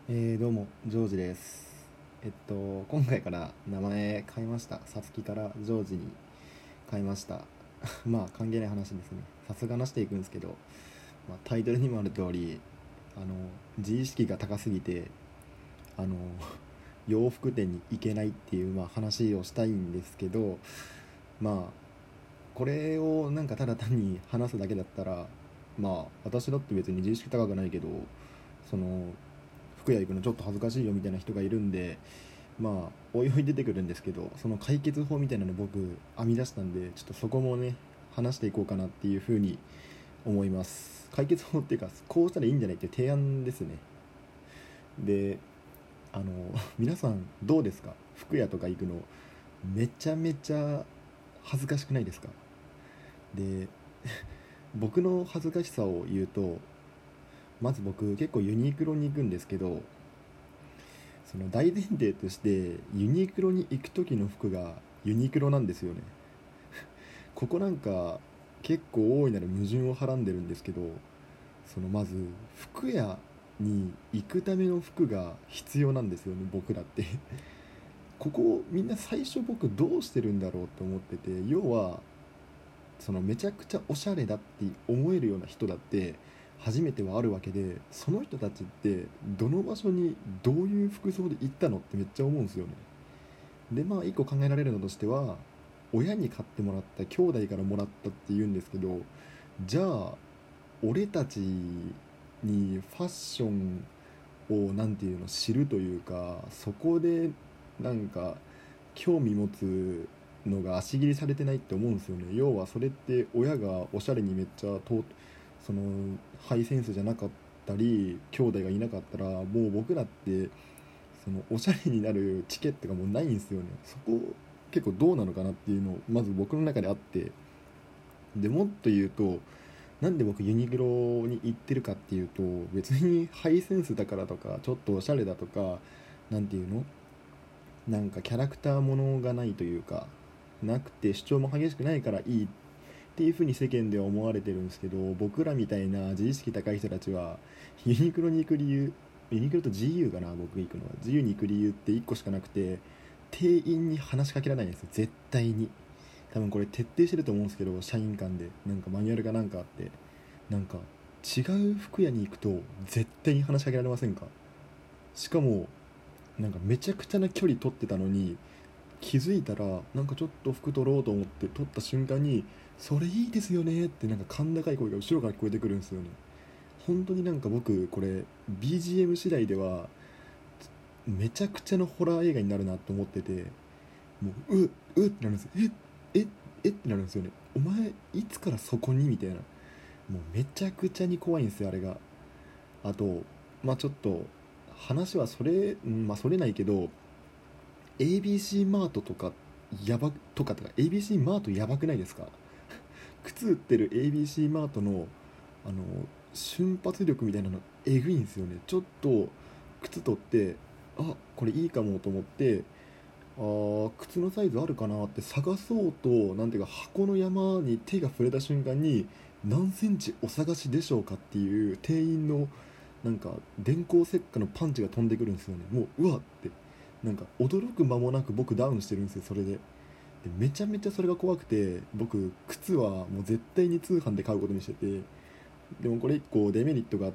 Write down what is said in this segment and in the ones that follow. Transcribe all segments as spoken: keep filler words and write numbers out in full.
えー、どうもジョージです。えっと今回から名前変えました。さつきからジョージに変えました。まあ関係ない話ですね。さすが話していくんですけど、まあ、タイトルにもある通り、あの自意識が高すぎて、あの洋服店に行けないっていう、まあ、話をしたいんですけど、まあこれをなんかただ単に話すだけだったら、まあ私だって別に自意識高くないけど、その服屋行くのちょっと恥ずかしいよみたいな人がいるんで、まあおいおい出てくるんですけど、その解決法みたいなの僕編み出したんで、ちょっとそこもね話していこうかなっていうふうに思います。解決法っていうか、こうしたらいいんじゃないっていう提案ですね。で、あの皆さんどうですか？服屋とか行くのめちゃめちゃ恥ずかしくないですか？で、僕の恥ずかしさを言うと、まず僕結構ユニクロに行くんですけど、その大前提としてユニクロに行く時の服がユニクロなんですよね。ここなんか結構大いなる矛盾をはらんでるんですけど、そのまず服屋に行くための服が必要なんですよね、僕らってここみんな最初僕どうしてるんだろうと思ってて、要はそのめちゃくちゃおしゃれだって思えるような人だって初めてはあるわけで、その人たちってどの場所にどういう服装で行ったのってめっちゃ思うんですよね。でまあ一個考えられるのとしては、親に買ってもらった、兄弟からもらったっていうんですけど、じゃあ俺たちにファッションをなんていうの知るというか、そこでなんか興味持つのが足切りされてないって思うんですよね。要はそれって親がおしゃれにめっちゃとそのハイセンスじゃなかったり兄弟がいなかったら、もう僕らってそのおしゃれになるチケットがもうないんですよね。そこ結構どうなのかなっていうのをまず僕の中であって、でもっと言うと、なんで僕ユニクロに行ってるかっていうと、別にハイセンスだからとかちょっとおしゃれだとか、なんていうの、なんかキャラクターものがないというかなくて主張も激しくないからいいっていう風に世間では思われてるんですけど、僕らみたいな自意識高い人たちはユニクロに行く理由、ユニクロと ジーユー かな、僕行くのは ジーユー に行く理由っていっこしかなくて、店員に話しかけられないんですよ、絶対に。多分これ徹底してると思うんですけど、社員間でなんかマニュアルがなんかあって、なんか違う服屋に行くと絶対に話しかけられませんか？しかもなんかめちゃくちゃな距離取ってたのに、気づいたらなんかちょっと服取ろうと思って取った瞬間に「それいいですよね」ってなんか甲高い声が後ろから聞こえてくるんですよね。本当になんか僕これ ビージーエム 次第ではめちゃくちゃなホラー映画になるなと思ってて、もうううってなるんですよ。えええってなるんですよね。お前いつからそこにみたいな。もうめちゃくちゃに怖いんですよあれが。あと、まあちょっと話はそれ、うんまあそれないけど、 エービーシー マートとかやばとかとか エービーシー マートやばくないですか？靴売ってる エービーシー マートのあの瞬発力みたいなのえぐいんですよね。ちょっと靴取って、あこれいいかもと思って、あー靴のサイズあるかなって探そうと、なんていうか箱の山に手が触れた瞬間に何センチお探しでしょうかっていう店員のなんか電光石火のパンチが飛んでくるんですよね。もううわって、なんか驚く間もなく僕ダウンしてるんですよ、それで。でめちゃめちゃそれが怖くて、僕靴はもう絶対に通販で買うことにしてて、でもこれ一個デメリットがあって、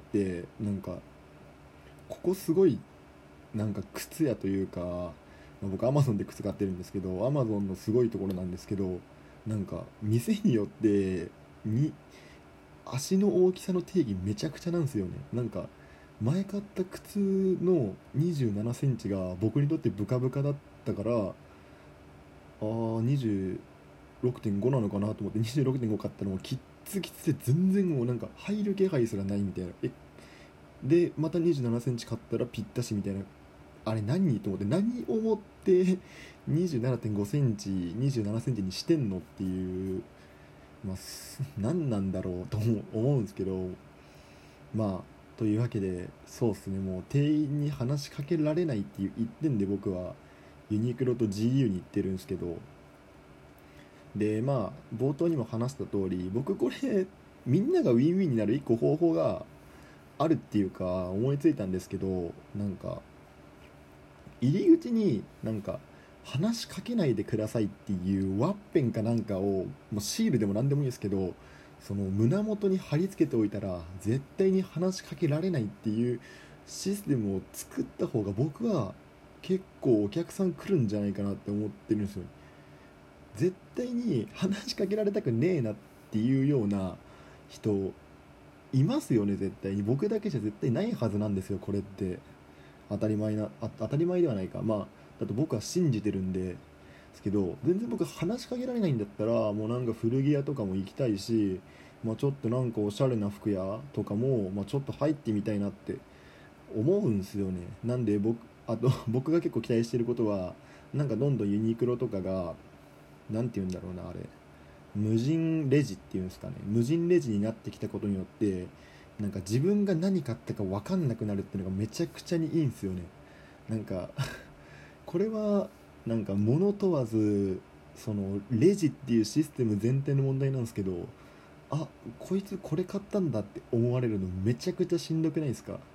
なんかここすごいなんか靴屋というか、まあ僕アマゾンで靴買ってるんですけど、アマゾンのすごいところなんですけど、なんか店によってに足の大きさの定義めちゃくちゃなんですよね。なんか前買った靴のにじゅうななセンチが僕にとってブカブカだったから、あーにじゅうろくてんごなのかなと思ってにじゅうろくてんご買ったのもキッツキツで全然もうなんか入る気配すらないみたいな。えでまたにじゅうななセンチ買ったらぴったしみたいな。あれ何と思って、何をもってにじゅうななてんごセンチにじゅうななセンチにしてんのっていう、まあ、何なんだろうと思うんですけど、まあというわけで、そうっすね、もう店員に話しかけられないっていう一点で僕はユニクロと ジーユー に行ってるんですけど、でまあ冒頭にも話した通り、僕これみんながウィンウィンになる一個方法があるっていうか思いついたんですけど、なんか入り口になんか話しかけないでくださいっていうワッペンかなんかを、もうシールでも何でもいいですけど、その胸元に貼り付けておいたら絶対に話しかけられないっていうシステムを作った方が僕は結構お客さん来るんじゃないかなって思ってるんですよ。絶対に話しかけられたくねえなっていうような人いますよね。絶対に僕だけじゃ絶対ないはずなんですよ、これって。当たり前なあ当たり前ではないか、まあだと僕は信じてるんでですけど、全然僕話しかけられないんだったらもうなんか古着屋とかも行きたいし、まあ、ちょっとなんかおしゃれな服屋とかも、まあ、ちょっと入ってみたいなって思うんすよね。なんで僕あと僕が結構期待してることは、なんかどんどんユニクロとかがなんて言うんだろうな、あれ無人レジっていうんですかね、無人レジになってきたことによって、なんか自分が何買ったか分かんなくなるっていうのがめちゃくちゃにいいんですよね。なんかこれはなんか物問わず、そのレジっていうシステム全体の問題なんですけど、あ、こいつこれ買ったんだって思われるのめちゃくちゃしんどくないですか？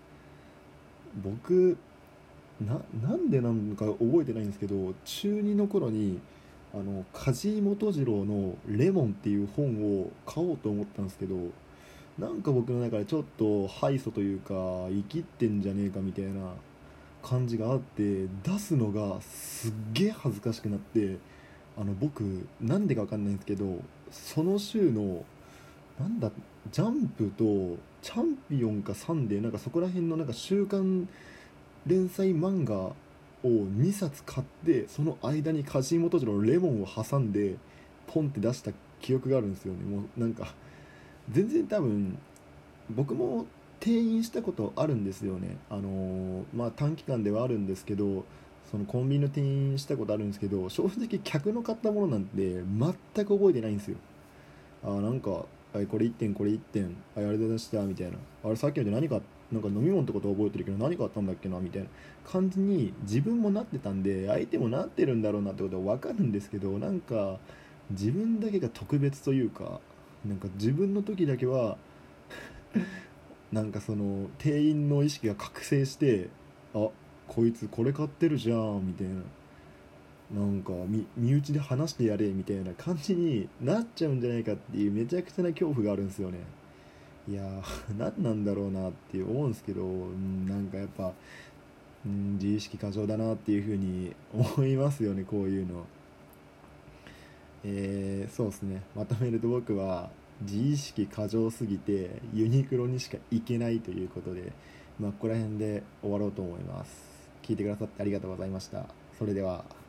僕ななんでなんか覚えてないんですけど、中にの頃にあの梶井元次郎の「レモン」っていう本を買おうと思ったんですけど、なんか僕の中でちょっと敗訴というか生きってんじゃねえかみたいな感じがあって、出すのがすっげえ恥ずかしくなって、あの僕なんでかわかんないんですけど、その週のなんだジャンプとチャンピオンかサンデーなんかそこら辺のなんか週刊連載漫画をにさつ買って、その間に梶井元次郎のレモンを挟んでポンって出した記憶があるんですよね。もうなんか全然多分僕も店員したことあるんですよね。あのーまあ短期間ではあるんですけど、そのコンビニの店員したことあるんですけど、正直客の買ったものなんて全く覚えてないんですよ。あーなんかあこれいってんこれいってんああれで出したみたいな、あれさっきので何かなんか飲み物ってことは覚えてるけど何かあったんだっけなみたいな感じに自分もなってたんで、相手もなってるんだろうなってことは分かるんですけど、なんか自分だけが特別というか、なんか自分の時だけはなんかその店員の意識が覚醒して、あこいつこれ買ってるじゃんみたいな、なんか身身内で話してやれみたいな感じになっちゃうんじゃないかっていうめちゃくちゃな恐怖があるんですよね。いやー何なんだろうなって思うんですけど、うん、なんかやっぱ、うん、自意識過剰だなっていうふうに思いますよね、こういうの。えー、そうですね、まとめると僕は自意識過剰すぎてユニクロにしか行けないということで、まあ、ここら辺で終わろうと思います。聞いてくださってありがとうございました。それでは。